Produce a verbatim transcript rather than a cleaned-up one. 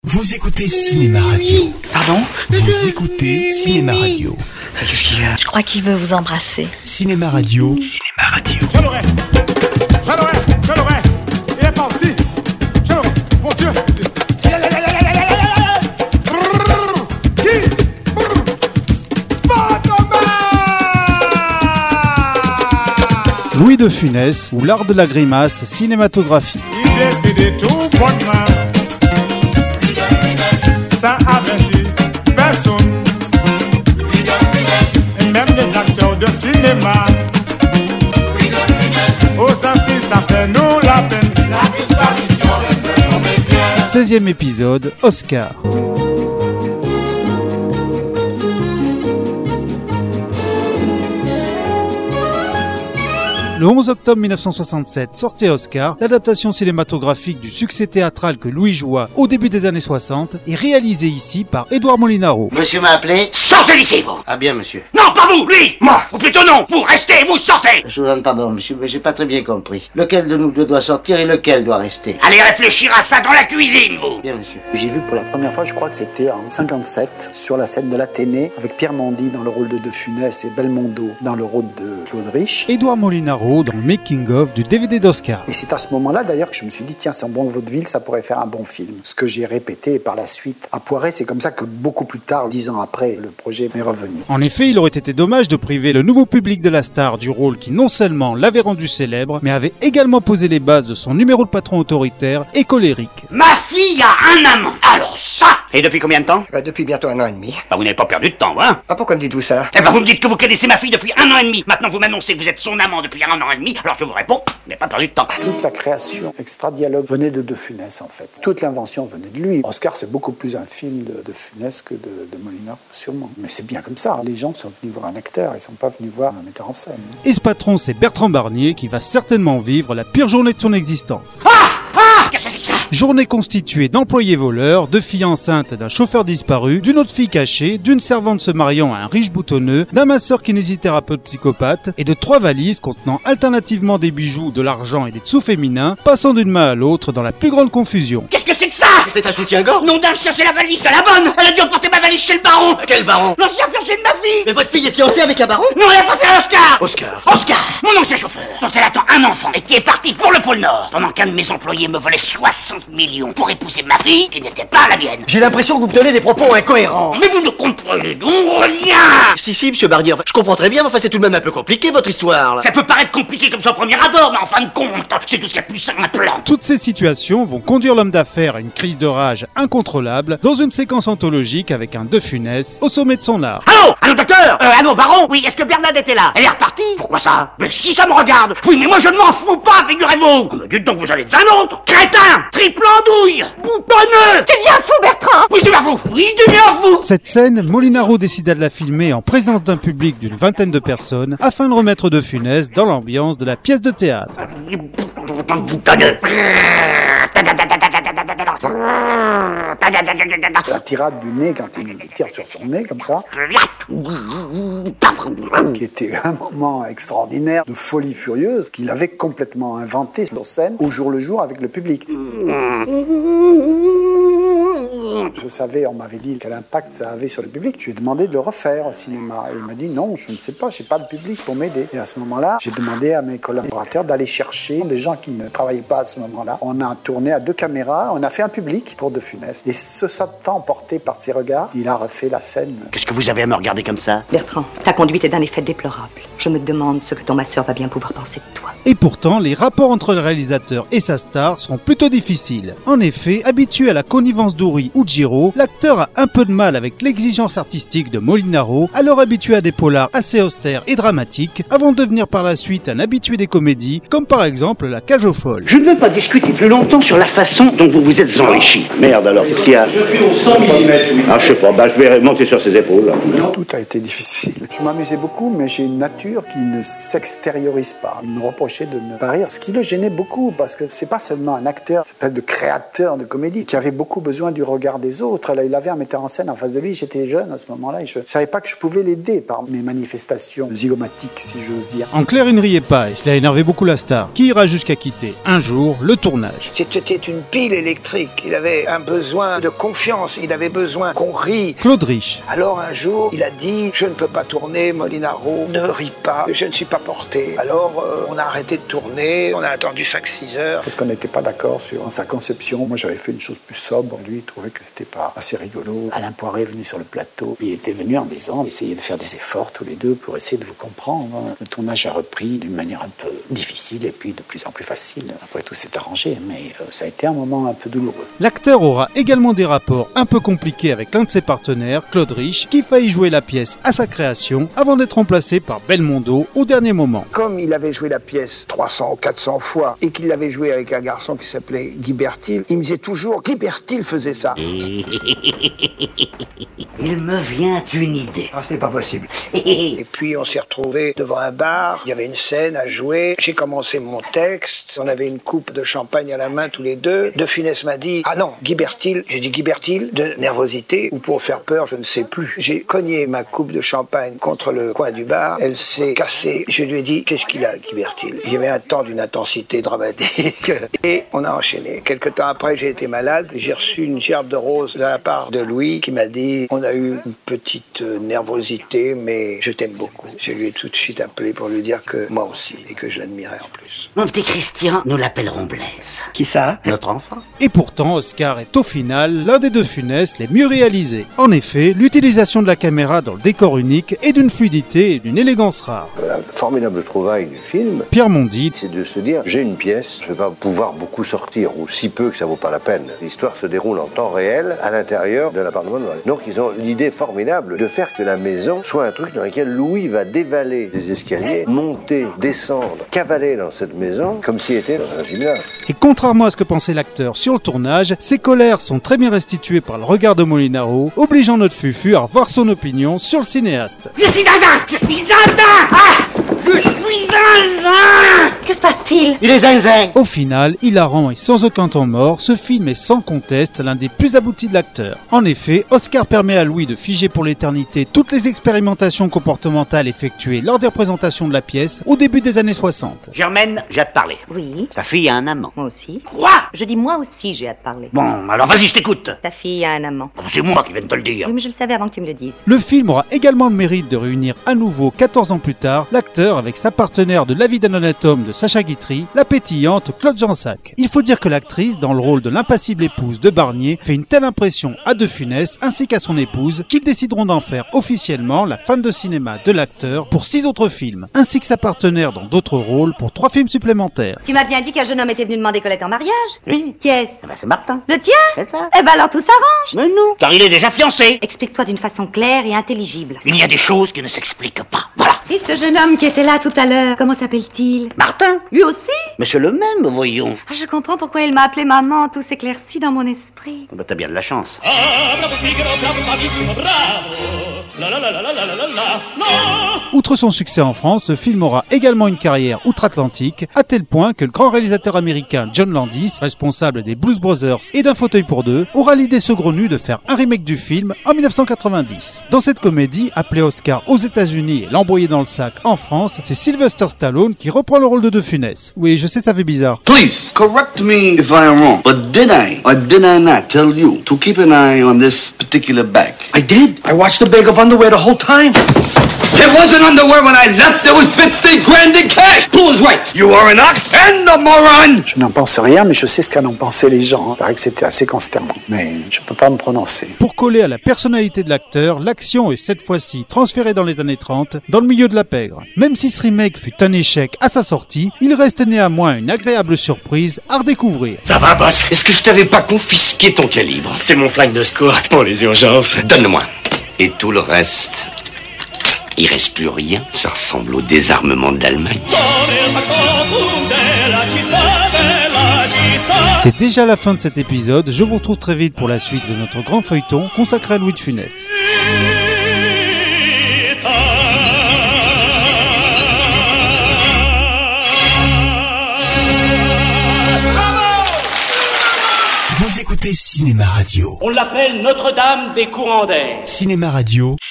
Vous écoutez Cinéma Radio. Pardon? Vous écoutez Cinéma Radio. Qu'est-ce qu'il y a? Je crois qu'il veut vous embrasser. Cinéma Radio. Cinéma Radio. Je l'aurai. Je l'aurai. Je l'aurai. Il est parti. Je l'aurai. Mon Dieu. Qui? Fantomas! Louis de Funès ou l'art de la grimace cinématographique. Il décide tout bonnement. Ça avertit personne. Et même les acteurs de cinéma. Au senti, ça fait nous la peine. La disparition de ce comédien. seizième épisode, Oscar. Le onze octobre mille neuf cent soixante-sept sortait Oscar, l'adaptation cinématographique du succès théâtral que Louis joua au début des années soixante, est réalisée ici par Édouard Molinaro. Monsieur m'a appelé. Sortez d'ici, vous! Ah bien, monsieur. Non, pas vous, lui! Moi. Ou plutôt non, vous restez, vous sortez! Je vous donne pardon, monsieur, mais j'ai pas très bien compris. Lequel de nous deux doit sortir et lequel doit rester? Allez réfléchir à ça dans la cuisine, vous! Bien, monsieur. J'ai vu pour la première fois, je crois que c'était en cinquante-sept, sur la scène de l'Athénée, avec Pierre Mondy dans le rôle de De Funès et Belmondo dans le rôle de Claude Rich. Édouard Molinaro dans le making-of du D V D d'Oscar. Et c'est à ce moment-là d'ailleurs que je me suis dit, tiens, c'est un bon vaudeville, ça pourrait faire un bon film. Ce que j'ai répété par la suite à Poiret, c'est comme ça que beaucoup plus tard, dix ans après, le projet m'est revenu. En effet, il aurait été dommage de priver le nouveau public de la star du rôle qui non seulement l'avait rendu célèbre, mais avait également posé les bases de son numéro de patron autoritaire et colérique. Ma fille a un amant! Alors ça! Et depuis combien de temps? Euh, depuis bientôt un an et demi. Bah vous n'avez pas perdu de temps, hein? Ah, pourquoi me dites-vous ça? Eh ben vous me dites que vous connaissez ma fille depuis un an et demi. Maintenant vous m'annoncez que vous êtes son amant depuis un an et demi. Alors je vous réponds, vous n'avez pas perdu de temps. Toute la création extra-dialogue venait de De Funès, en fait. Toute l'invention venait de lui. Oscar, c'est beaucoup plus un film de, de Funès que de, de Molinaro, sûrement. Mais c'est bien comme ça. Les gens sont venus voir un acteur, ils sont pas venus voir un metteur en scène. Et ce patron, c'est Bertrand Barnier qui va certainement vivre la pire journée de son existence. Ah! Ah! Qu'est-ce que c'est que ça? Journée constituée d'employés voleurs, de filles enceintes, d'un chauffeur disparu, d'une autre fille cachée, d'une servante se mariant à un riche boutonneux, d'un masseur kinésithérapeute psychopathe et de trois valises contenant alternativement des bijoux, de l'argent et des dessous féminins, passant d'une main à l'autre dans la plus grande confusion. Qu'est-ce que c'est que ça? C'est un soutien-gorge? Nom d'un chien, c'est la valise de la bonne! Elle a dû emporter ma valise chez le baron! Quel baron? L'ancien fiancé de ma fille! Mais votre fille est fiancée avec un baron? Non, elle a pas fait Oscar! Oscar. Oscar, mon ancien chauffeur, dont elle attend un enfant et qui est parti pour le pôle Nord, pendant qu'un de mes employés me volait soixante millions pour épouser ma fille qui n'était pas la mienne. J'ai l'impression que vous me tenez des propos incohérents. Mais vous ne comprenez donc rien! Si, si, monsieur Barnier, enfin, je comprends très bien, mais enfin, c'est tout de même un peu compliqué, votre histoire, là. Ça peut paraître compliqué comme ça au premier abord, mais en fin de compte, c'est tout ce qu'il y a de plus simple. Toutes ces situations vont conduire l'homme d'affaires à une crise de rage incontrôlable dans une séquence anthologique avec un De Funès au sommet de son art. Allô? Allô, docteur? Euh, allô, baron? Oui, est-ce que Bernadette est là? Elle est repartie? Pourquoi ça? Mais si ça me regarde! Oui, mais moi je ne m'en fous pas, figurez-vous! Mais dites donc, vous allez être un autre! Crétin! Triple andouille! Boutonneux! Tu deviens fou, Bertrand! Oui, je deviens fou! Oui, je deviens fou! Cette scène, Molinaro décida de la filmer en présence d'un public d'une vingtaine de personnes afin de remettre De Funès dans l'ambiance de la pièce de théâtre. Boutonneux! La tirade du nez, quand il tire sur son nez, comme ça, qui était un moment extraordinaire de folie furieuse qu'il avait complètement inventé sur scène au jour le jour avec le public. Je savais, on m'avait dit quel impact ça avait sur le public. Je lui ai demandé de le refaire au cinéma. Et il m'a dit non, je ne sais pas, je n'ai pas de public pour m'aider. Et à ce moment-là, j'ai demandé à mes collaborateurs d'aller chercher des gens qui ne travaillaient pas à ce moment-là. On a tourné à deux caméras, on a fait un public pour De Funès. Et se sentant emporté par ses regards, il a refait la scène. Qu'est-ce que vous avez à me regarder comme ça? Bertrand, ta conduite est d'un effet déplorable. Je me demande ce que ton masseur va bien pouvoir penser de toi. Et pourtant, les rapports entre le réalisateur et sa star seront plutôt difficiles. En effet, habitué à la connivence d'Ouri ou de Giraud, l'acteur a un peu de mal avec l'exigence artistique de Molinaro, alors habitué à des polars assez austères et dramatiques, avant de devenir par la suite un habitué des comédies, comme par exemple La Cage aux folles. Je ne veux pas discuter plus longtemps sur la façon dont vous vous êtes enrichi. Merde alors, qu'est-ce qu'il y a? Je suis au cent millimètres. Ah, je sais pas, bah je vais monter sur ses épaules. Tout a été difficile. Je m'amusais beaucoup, mais j'ai une nature qui ne s'extériorise pas. Il me reprochait de ne pas rire, ce qui le gênait beaucoup, parce que c'est pas seulement un acteur, c'est pas de créateur de comédie, qui avait beaucoup besoin du regard des les autres. Là, il avait un metteur en scène en face de lui. J'étais jeune à ce moment-là et je ne savais pas que je pouvais l'aider par mes manifestations zygomatiques, si j'ose dire. En clair, il ne riait pas et cela énervait beaucoup la star, qui ira jusqu'à quitter un jour le tournage. C'était une pile électrique. Il avait un besoin de confiance. Il avait besoin qu'on rie. Claude Rich. Alors un jour, il a dit « Je ne peux pas tourner, Molinaro, ne ris pas, je ne suis pas porté. » Alors euh, on a arrêté de tourner, on a attendu cinq six heures. Parce qu'on n'était pas d'accord sur sa conception. Moi, j'avais fait une chose plus sobre. Lui, il trouvait que c'était pas assez rigolo. Alain Poiret est venu sur le plateau. Il était venu en disant, essayez de faire des efforts tous les deux pour essayer de vous comprendre. Le tournage a repris d'une manière un peu difficile et puis de plus en plus facile. Après tout, c'est arrangé, mais euh, ça a été un moment un peu douloureux. L'acteur aura également des rapports un peu compliqués avec l'un de ses partenaires, Claude Rich, qui faillit jouer la pièce à sa création avant d'être remplacé par Belmondo au dernier moment. Comme il avait joué la pièce trois cents ou quatre cents fois et qu'il l'avait joué avec un garçon qui s'appelait Guy Bertil, il me disait toujours Guy Bertil faisait ça. Il me vient une idée. Ah, ce n'est pas possible. Et puis on s'est retrouvés devant un bar, il y avait une scène à jouer, j'ai commencé mon texte, on avait une coupe de champagne à la main tous les deux. De Funès m'a dit, ah non, Guy Bertil, j'ai dit Guy Bertil, de nervosité ou pour faire peur, je ne sais plus. J'ai cogné ma coupe de champagne contre le coin du bar, elle s'est cassée. Je lui ai dit, qu'est-ce qu'il a, Guy Bertil? Il y avait un temps d'une intensité dramatique et on a enchaîné. Quelque temps après, j'ai été malade, j'ai reçu une gerbe de rose de la part de Louis qui m'a dit, on a eu une petite nervosité, mais je t'aime beaucoup. Je lui ai tout de suite appelé pour lui dire que moi aussi, et que je l'admirais en plus. Mon petit Christian, nous l'appellerons Blaise. Qui ça? Notre enfant. Et pourtant, Oscar est au final l'un des deux Funès les mieux réalisés. En effet, l'utilisation de la caméra dans le décor unique est d'une fluidité et d'une élégance rare. La formidable trouvaille du film, Pierre Mondy, c'est de se dire, j'ai une pièce, je ne vais pas pouvoir beaucoup sortir, ou si peu que ça vaut pas la peine. L'histoire se déroule en temps réel, à l'intérieur de l'appartement de Marie. Donc ils ont l'idée formidable de faire que la maison soit un truc dans lequel Louis va dévaler des escaliers, monter, descendre, cavaler dans cette maison, comme s'il était dans un gymnase. Et contrairement à ce que pensait l'acteur sur le tournage, ses colères sont très bien restituées par le regard de Molinaro, obligeant notre Fufu à revoir son opinion sur le cinéaste. Je suis zinzin! Je suis zinzin! Ah! Je suis zinzin! Que se passe-t-il? Il est zinzin! Au final, hilarant et sans aucun temps mort, ce film est sans conteste l'un des plus aboutis de l'acteur. En effet, Oscar permet à Louis de figer pour l'éternité toutes les expérimentations comportementales effectuées lors des représentations de la pièce au début des années soixante. Germaine, j'ai hâte de parler. Oui. Ta fille a un amant. Moi aussi. Quoi? Je dis moi aussi j'ai hâte de parler. Bon, alors vas-y, je t'écoute. Ta fille a un amant. C'est moi qui viens de te le dire. Oui, mais je le savais avant que tu me le dises. Le film aura également le mérite de réunir à nouveau, quatorze ans plus tard, l'acteur avec sa partenaire de La vie d'un honnête homme de Sacha Guitry, la pétillante Claude Jansac. Il faut dire que l'actrice, dans le rôle de l'impassible épouse de Barnier, fait une telle impression à De Funès ainsi qu'à son épouse qu'ils décideront d'en faire officiellement la femme de cinéma de l'acteur pour six autres films, ainsi que sa partenaire dans d'autres rôles pour trois films supplémentaires. Tu m'as bien dit qu'un jeune homme était venu demander Colette en mariage? Oui. Qui est-ce? Eh ben, c'est Martin. Le tien? C'est ça. Eh ben alors tout s'arrange. Mais non, car il est déjà fiancé. Explique-toi d'une façon claire et intelligible. Il y a des choses qui ne s'expliquent pas. Voilà. Et ce jeune homme qui était là tout à l'heure, comment s'appelle-t-il? Martin. Lui aussi? Mais c'est le même, voyons. Ah, je comprends pourquoi il m'a appelé maman, tout s'éclaircit dans mon esprit. Bah, t'as bien de la chance. Ah, bravo Figaro, bravo, bravissimo, bravo. La la la la la la la la la. Outre son succès en France, le film aura également une carrière outre-Atlantique, à tel point que le grand réalisateur américain John Landis, responsable des Blues Brothers et d'Un fauteuil pour deux, aura l'idée saugrenue de faire un remake du film en dix-neuf cent quatre-vingt-dix. Dans cette comédie, appelée Oscar aux États-Unis et l'envoyer dans le sac en France, c'est Sylvester Stallone qui reprend le rôle de De Funès. Oui, je sais, ça fait bizarre. Please, correct me if I am wrong, but did I or did I not tell you to keep an eye on this particular bag? I did. I watched the bag of underwear the whole time. There wasn't underwear when I left. There was fifty grand in cash. Who was right? You are an ox and a moron. Je n'en pense rien, mais je sais ce qu'en ont pensé les gens. Il paraît que c'était assez consternant, mais je peux pas me prononcer. Pour coller à la personnalité de l'acteur, l'action est cette fois-ci transférée dans les années trente, dans le milieu de la pègre. Même si ce remake fut un échec à sa sortie, il reste néanmoins une agréable surprise à redécouvrir. Ça va, boss? Est-ce que je t'avais pas confisqué ton calibre? C'est mon flingue de secours pour les urgences. Donne-le-moi. Et tout le reste... Il reste plus rien, ça ressemble au désarmement de l'Allemagne. C'est déjà la fin de cet épisode, je vous retrouve très vite pour la suite de notre grand feuilleton consacré à Louis de Funès. Vous écoutez écoutez Cinéma Radio. On l'appelle Notre-Dame des courants d'air. Cinéma Radio.